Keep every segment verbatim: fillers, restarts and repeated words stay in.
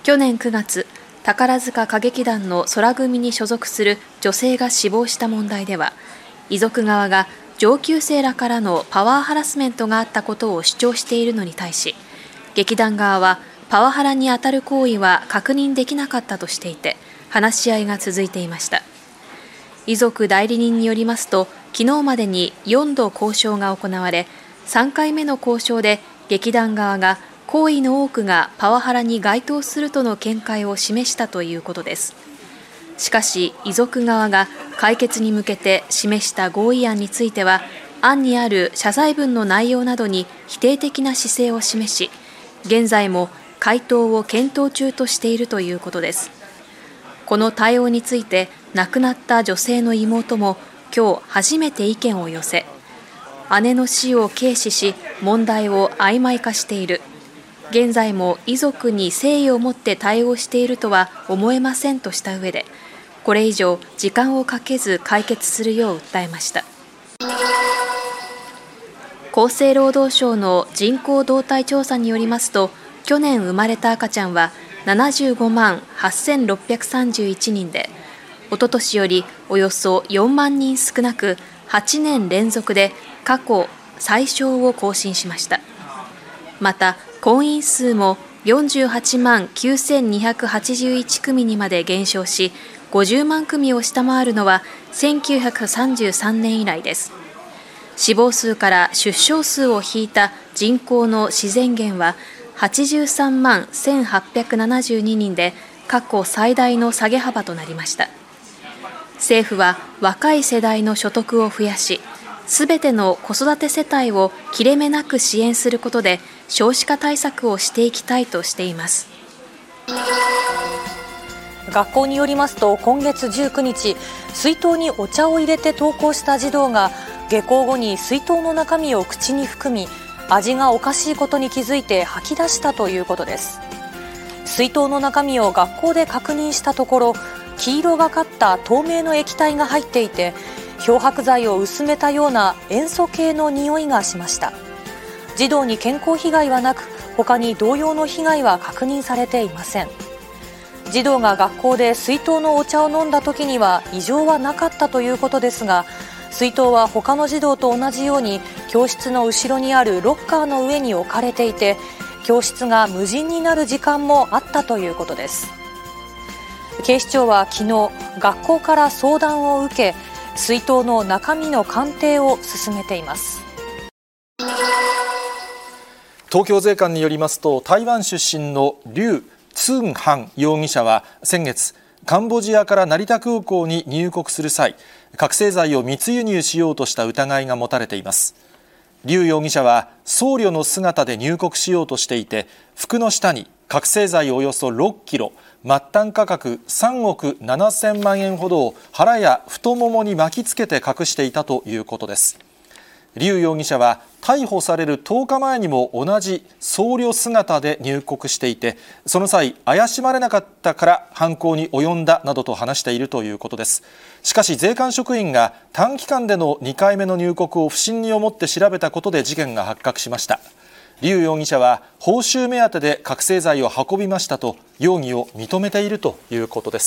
去年くがつ、宝塚歌劇団の宙組に所属する女性が死亡した問題では、遺族側が上級生らからのパワーハラスメントがあったことを主張しているのに対し、劇団側はパワハラにあたる行為は確認できなかったとしていて、話し合いが続いていました。遺族代理人によりますと、昨日までによんど交渉が行われ、さんかいめの交渉で劇団側が行為の多くがパワハラに該当するとの見解を示したということです。しかし、遺族側が解決に向けて示した合意案については、案にある謝罪文の内容などに否定的な姿勢を示し、現在も回答を検討中としているということです。この対応について亡くなった女性の妹も今日初めて意見を寄せ、姉の死を軽視し問題を曖昧化している、現在も遺族に誠意を持って対応しているとは思えませんとした上で、これ以上時間をかけず解決するよう訴えました。厚生労働省の人口動態調査によりますと、去年生まれた赤ちゃんはななじゅうごまんはっせんろっぴゃくさんじゅういちにんで、おととしよりおよそよんまんにん少なく、はちねん連続で過去最少を更新しました。また、婚姻数もよんじゅうはちまんきゅうせんにひゃくはちじゅういちくみにまで減少し、ごじゅうまんくみを下回るのはせんきゅうひゃくさんじゅうさんねん以来です。死亡数から出生数を引いた人口の自然減ははちじゅうさんまんせんはっぴゃくななじゅうににんで、過去最大の下げ幅となりました。政府は若い世代の所得を増やし、すべての子育て世帯を切れ目なく支援することで少子化対策をしていきたいとしています。 学校によりますと、今月じゅうくにち、水筒にお茶を入れて登校した児童が下校後に水筒の中身を口に含み、味がおかしいことに気づいて吐き出したということです。水筒の中身を学校で確認したところ、黄色がかった透明の液体が入っていて、漂白剤を薄めたような塩素系の匂いがしました。児童に健康被害はなく、他に同様の被害は確認されていません。児童が学校で水筒のお茶を飲んだ時には異常はなかったということですが、水筒は他の児童と同じように教室の後ろにあるロッカーの上に置かれていて、教室が無人になる時間もあったということです。警視庁は昨日、学校から相談を受け、水筒の中身の鑑定を進めています。 東京税関によりますと、台湾出身の劉ツンハン容疑者は先月、カンボジアから成田空港に入国する際、覚醒剤を密輸入しようとした疑いが持たれています。劉容疑者は僧侶の姿で入国しようとしていて、服の下に覚醒剤およそろっキロ、末端価格さんおくななせんまんえんほどを腹や太ももに巻きつけて隠していたということです。劉容疑者は逮捕されるとおかまえにも同じ僧侶姿で入国していて、その際怪しまれなかったから犯行に及んだなどと話しているということです。しかし税関職員が短期間でのにかいめの入国を不審に思って調べたことで事件が発覚しました。劉容疑者は報酬目当てで覚醒剤を運びましたと容疑を認めているということです。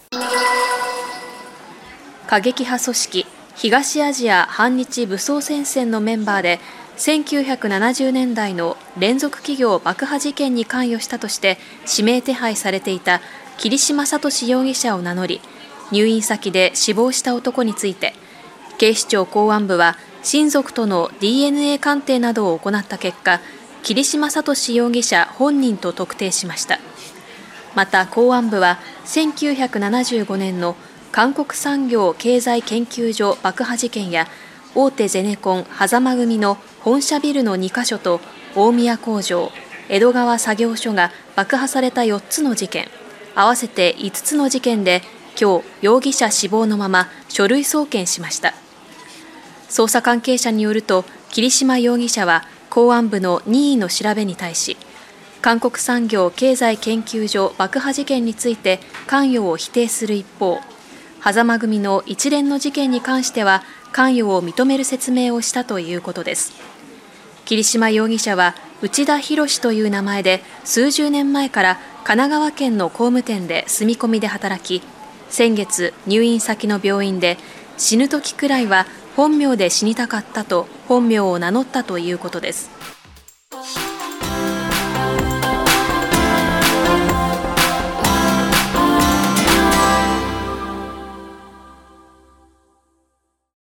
過激派組織東アジア反日武装戦線のメンバーで、せんきゅうひゃくななじゅうねんだいの連続企業爆破事件に関与したとして指名手配されていた桐島聡容疑者を名乗り、入院先で死亡した男について、警視庁公安部は親族との ディーエヌエー 鑑定などを行った結果、桐島聡容疑者本人と特定しました。また公安部はせんきゅうひゃくななじゅうごねんの韓国産業経済研究所爆破事件や大手ゼネコン狭間組の本社ビルのにかしょと大宮工場、江戸川作業所が爆破されたよっつの事件、合わせていつつの事件で今日容疑者死亡のまま書類送検しました。捜査関係者によると、桐島容疑者は公安部の任意の調べに対し、韓国産業経済研究所爆破事件について関与を否定する一方、狭間組の一連の事件に関しては関与を認める説明をしたということです。桐島容疑者は内田博という名前で数十年前から神奈川県の工務店で住み込みで働き、先月入院先の病院で死ぬ時くらいは本名で死にたかったと本名を名乗ったということです。